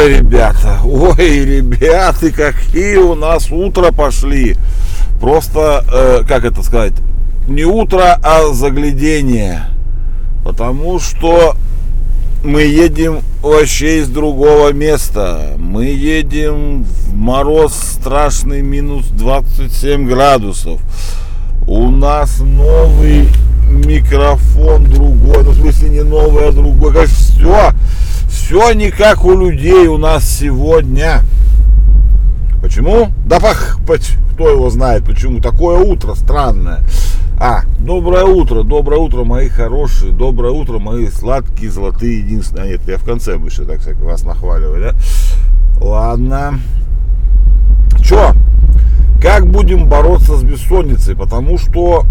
Ой, ребята, какие у нас утро пошли. Просто, как это сказать, не утро, а заглядение. Потому что мы едем вообще из другого места. Мы едем в мороз страшный, минус 27 градусов. У нас новый микрофон другой. Ну, в смысле, не новый, а другой. Конечно, все не как у людей у нас сегодня. Почему? Да кто его знает, почему. Такое утро странное. Доброе утро, мои хорошие, доброе утро, мои сладкие, золотые, единственные. Нет, я в конце больше, так сказать, вас нахваливаю, да? Ладно. Чё? Как будем бороться с бессонницей? Потому что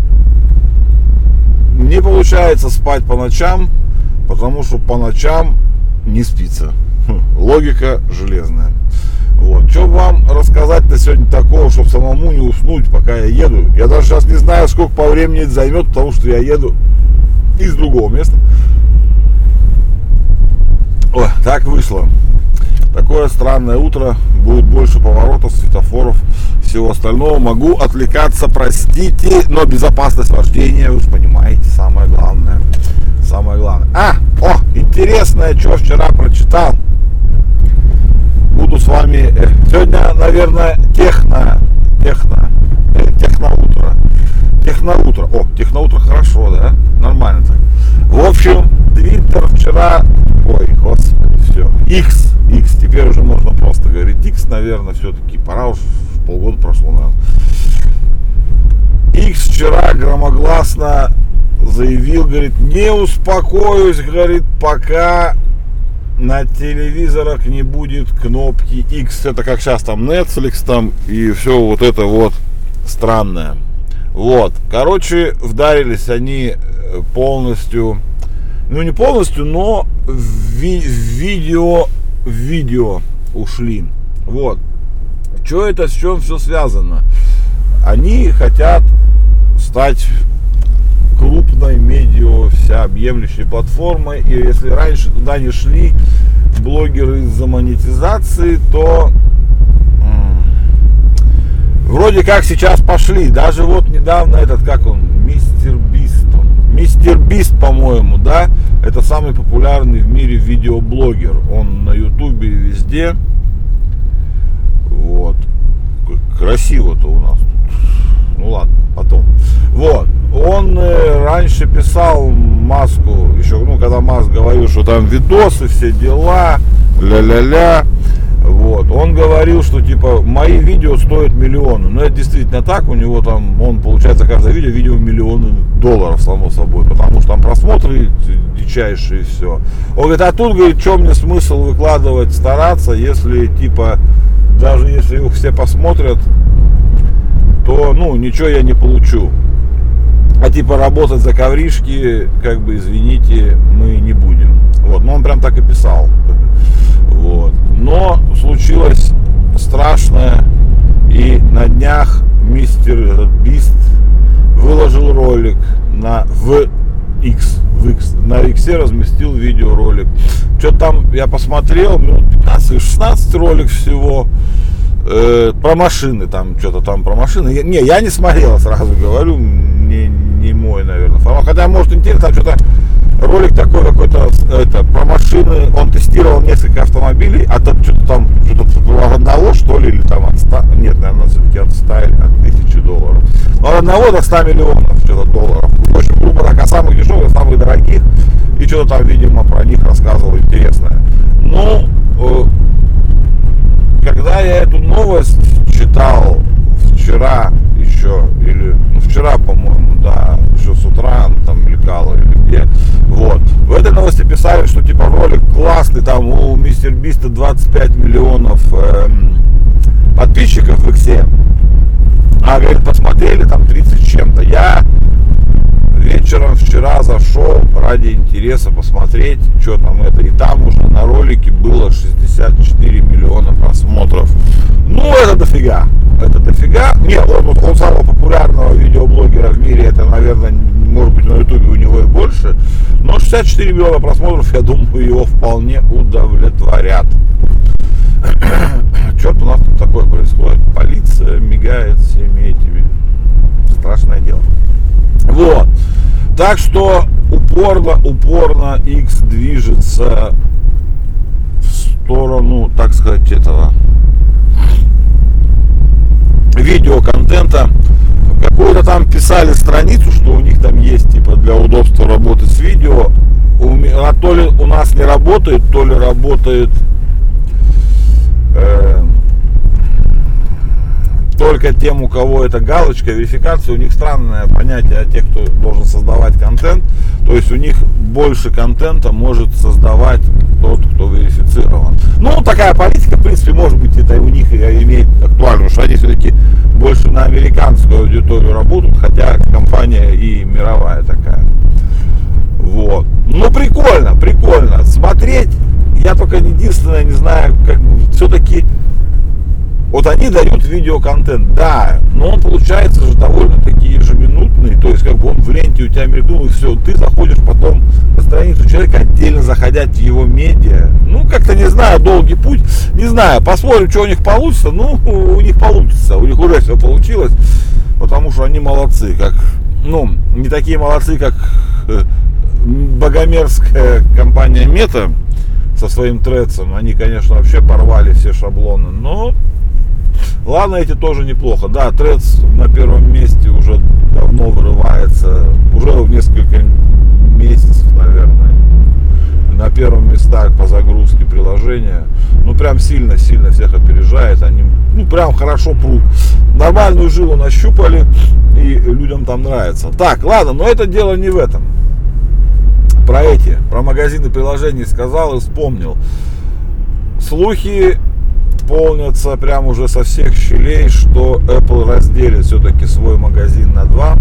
не получается спать по ночам, потому что по ночам не спится. Логика железная. Вот. Что вам рассказать-то сегодня такого, чтобы самому не уснуть, пока я еду? Я даже сейчас не знаю, сколько по времени это займет, потому что я еду из другого места. Ой, так вышло. Такое странное утро. Будет больше поворотов, светофоров, всего остального. Могу отвлекаться, простите, но безопасность вождения, вы же понимаете, самое главное. Самое главное. Интересное, что вчера прочитал. Буду с вами сегодня, наверное, техноутро. Техноутро хорошо, да? Нормально так. В общем, Твиттер вчера, все, X, теперь уже можно просто говорить X, наверное, все-таки пора уж, полгода прошло, наверное. X вчера громогласно заявил, говорит, не успокоюсь, говорит, пока на телевизорах не будет кнопки X. Это как сейчас там Netflix там и все вот это вот странное. Вот. Короче, вдарились они полностью, ну не полностью, но в видео ушли. Вот. Что это, с чем все связано? Они хотят стать крупной медиа всеобъемлющей платформой, и если раньше туда не шли блогеры из-за монетизации, то вроде как сейчас пошли. Даже вот недавно Мистер Бист, по-моему, да, это самый популярный в мире видеоблогер. Он на Ютубе и везде. Вот. Красиво-то у нас тут. Ну ладно, потом. Вот. Он раньше писал Маску, еще, когда Маск говорил, что там видосы, все дела, ля-ля-ля. Вот. Он говорил, что типа мои видео стоят миллионы. Но это действительно так. У него там, он получает за каждое видео миллионы долларов, само собой. Потому что там просмотры дичайшие и все. Он говорит, а тут, говорит, что мне смысл выкладывать, стараться, если типа, даже если их все посмотрят, то, ничего я не получу. А типа работать за ковришки, как бы, извините, мы не будем. Вот, он прям так и писал. Вот. Но случилось страшное, и на днях Мистер Бист выложил ролик на X, на X разместил видеоролик. Что там, я посмотрел, минут 15-16 ролик всего. Про машины, там что-то там про машины. Я не смотрел, сразу говорю, не мой, наверное, формат. Хотя, может, интересно, там что-то ролик такой какой-то, про машины. Он тестировал несколько автомобилей, а там что-то от одного, что ли, или там от 100, нет, наверное, все-таки от 100 или от 1000 долларов. Но от одного до 100 миллионов что-то долларов. В общем, грубо так, самых дешевых, самых дорогих. И что-то там, видимо, про них рассказывал интересное. Когда я эту новость читал вчера еще, вчера, по-моему, да, еще с утра там мелькало или где, вот, в этой новости писали, что типа ролик классный, там у Мистер Биста 25 миллионов подписчиков в Иксе, говорит, посмотрели там 30 с чем-то. Я вечером вчера зашел ради интереса посмотреть, что там это, и там уже на ролике было 64 миллиона просмотров. Это дофига. Нет, он самого популярного видеоблогера в мире, это, наверное, может быть, на Ютубе у него и больше, но 64 миллиона просмотров, я думаю, его вполне удовлетворят. Что-то у нас тут такое происходит. Полиция мигает всеми этими. Страшное дело. Вот. Так что упорно X движется в сторону, так сказать, этого видеоконтента. Какую-то там писали страницу, что у них там есть типа для удобства работы с видео. То ли у нас не работает, то ли работает только тем, у кого это галочка, верификация. У них странное понятие о тех, кто должен создавать контент. То есть у них больше контента может создавать тот, кто верифицирован. Ну, такая политика, в принципе, может быть, это у них и имеет актуальность, потому что они все-таки больше на американскую аудиторию работают, хотя компания и мировая такая. Вот. Ну, прикольно. Смотреть, я только единственное не знаю, как бы все-таки вот они дают видеоконтент, да, но он получается же довольно-таки ежеминутный, то есть как бы он в ленте у тебя мелькнул, и все, ты заходишь потом на страницу человека, отдельно заходя в его медиа, ну как-то не знаю, долгий путь, не знаю, посмотрим, что у них получится, ну у них получится, у них уже все получилось, потому что они молодцы, как, ну не такие молодцы, как богомерзкая компания Мета со своим Threads, они, конечно, вообще порвали все шаблоны, но ладно, эти тоже неплохо. Да, Threads на первом месте уже давно вырывается, уже в несколько месяцев, наверное, на первом местах по загрузке приложения. Ну, прям сильно всех опережает. Они, ну, прям хорошо прут. Нормальную жилу нащупали, и людям там нравится. Так, ладно, но это дело не в этом. Про магазины приложений сказал и вспомнил. Слухи полнятся прям уже со всех щелей, что Apple разделит все-таки свой магазин на два.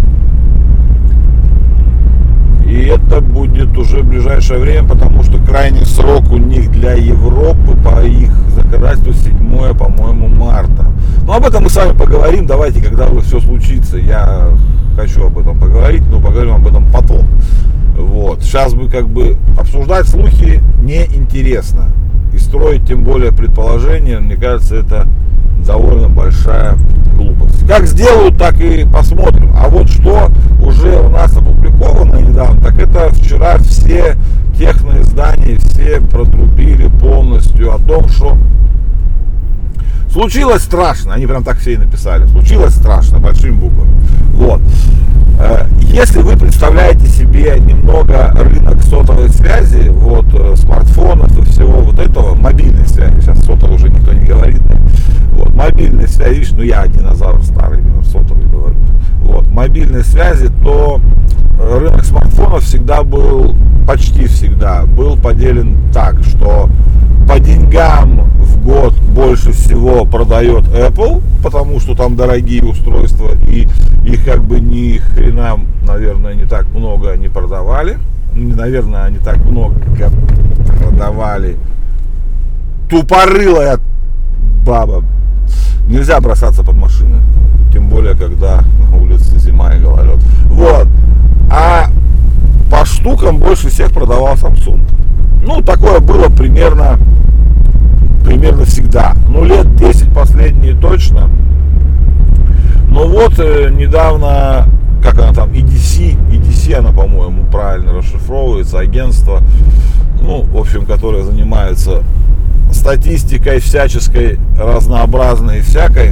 И это будет уже в ближайшее время, потому что крайний срок у них для Европы по их законодательству 7, по-моему, марта. Но об этом мы с вами поговорим. Давайте, когда уже все случится, я хочу об этом поговорить, но поговорим об этом потом. Вот. Сейчас бы как бы обсуждать слухи неинтересно. И строить тем более предположения, мне кажется, это довольно большая глупость. Как сделают, так и посмотрим. А вот что уже у нас опубликовано недавно, так это вчера все техноиздания, все протрубили полностью о том, что случилось страшно. Они прям так все и написали. Случилось страшно, большими буквами. Вот. Если вы представляете себе немного рынок сотовой связи, вот, смартфонов и всего вот этого, мобильной связи, сейчас сотовой уже никто не говорит, да? Вот, мобильной связи, видишь, ну я динозавр старый, сотовый говорю, вот, мобильной связи, то рынок смартфонов всегда был, почти всегда был поделен так, что по деньгам в год больше всего продает Apple, потому что там дорогие устройства и их как бы ни хрена, наверное, не так много не продавали. Наверное, они так много продавали. Тупорылая баба. Нельзя бросаться под машины. Тем более, когда на улице зима и гололед. Вот. А по штукам больше всех продавал Samsung. Ну, такое было примерно всегда. Ну, лет 10 последние точно. Но вот недавно, как она там, EDC она, по-моему, правильно расшифровывается, агентство, ну, в общем, которое занимается статистикой всяческой, разнообразной и всякой,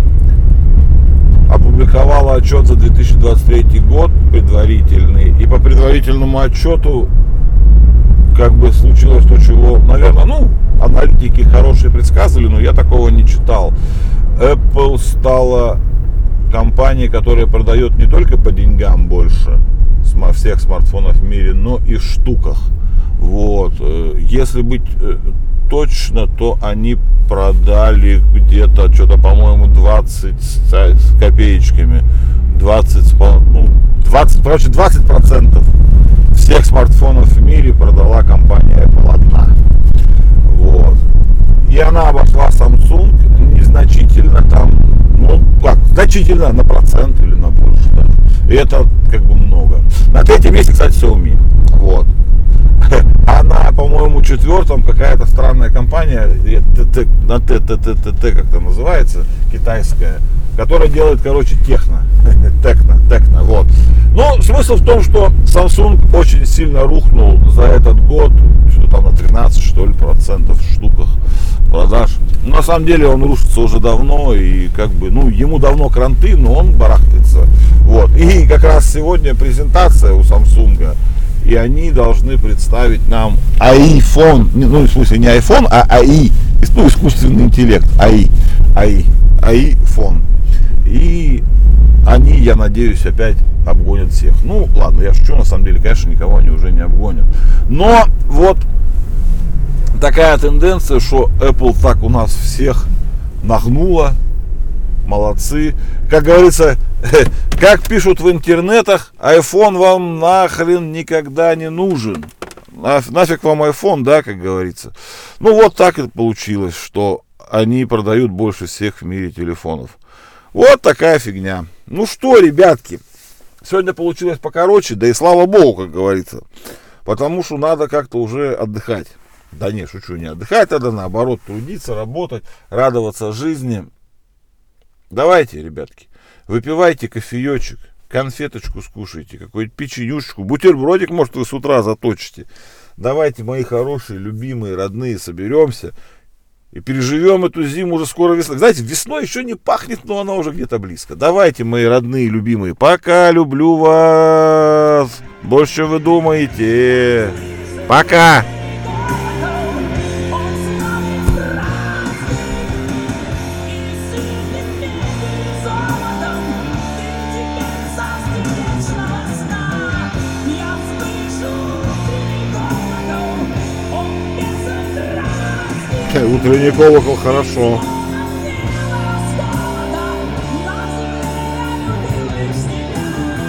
опубликовала отчет за 2023 год предварительный. И по предварительному отчету как бы случилось то, чего, наверное, ну, аналитики хорошие предсказывали, но я такого не читал. Apple стала компанией, которая продает не только по деньгам больше всех смартфонов в мире, но и в штуках. Вот. Если быть точно, то они продали где-то что-то, по-моему, 20 с копеечками. 20% всех смартфонов в мире продала компания Apple одна. Вот. И она обошла Samsung незначительно там, ну как, значительно на процент или на больше даже. И это как бы много. На третьем месте, кстати, Xiaomi. Вот. Она, по-моему, четвертом какая-то странная компания, на ТТТТ как-то называется, китайская, которая делает, короче, техно, вот. Но смысл в том, что Samsung очень сильно рухнул за этот год, что-то там на 13, что ли, процентов в штуках продаж. На самом деле он рушится уже давно, и как бы, ну, ему давно кранты, но он барахтается. Вот. И как раз сегодня презентация у Samsung, и они должны представить нам iPhone, ну, в смысле не iPhone, а AI, ну, искусственный интеллект, iPhone. И они, я надеюсь, опять обгонят всех. Ну, ладно, я шучу, на самом деле, конечно, никого они уже не обгонят. Но вот такая тенденция, что Apple так у нас всех нагнула. Молодцы. Как говорится, как пишут в интернетах, iPhone вам нахрен никогда не нужен. Нафиг вам iPhone, да, как говорится. Ну, вот так и получилось, что они продают больше всех в мире телефонов. Вот такая фигня. Ну что, ребятки, сегодня получилось покороче, да и слава богу, как говорится. Потому что надо как-то уже отдыхать. Да не, шучу, не отдыхать, надо наоборот трудиться, работать, радоваться жизни. Давайте, ребятки, выпивайте кофеечек, конфеточку скушайте, какую-нибудь печенюшечку, бутербродик, может, вы с утра заточите. Давайте, мои хорошие, любимые, родные, соберемся и переживем эту зиму, уже скоро весна. Знаете, весной еще не пахнет, но она уже где-то близко. Давайте, мои родные, любимые, пока, люблю вас. Больше, чем вы думаете. Пока. Утренний колокол, хорошо.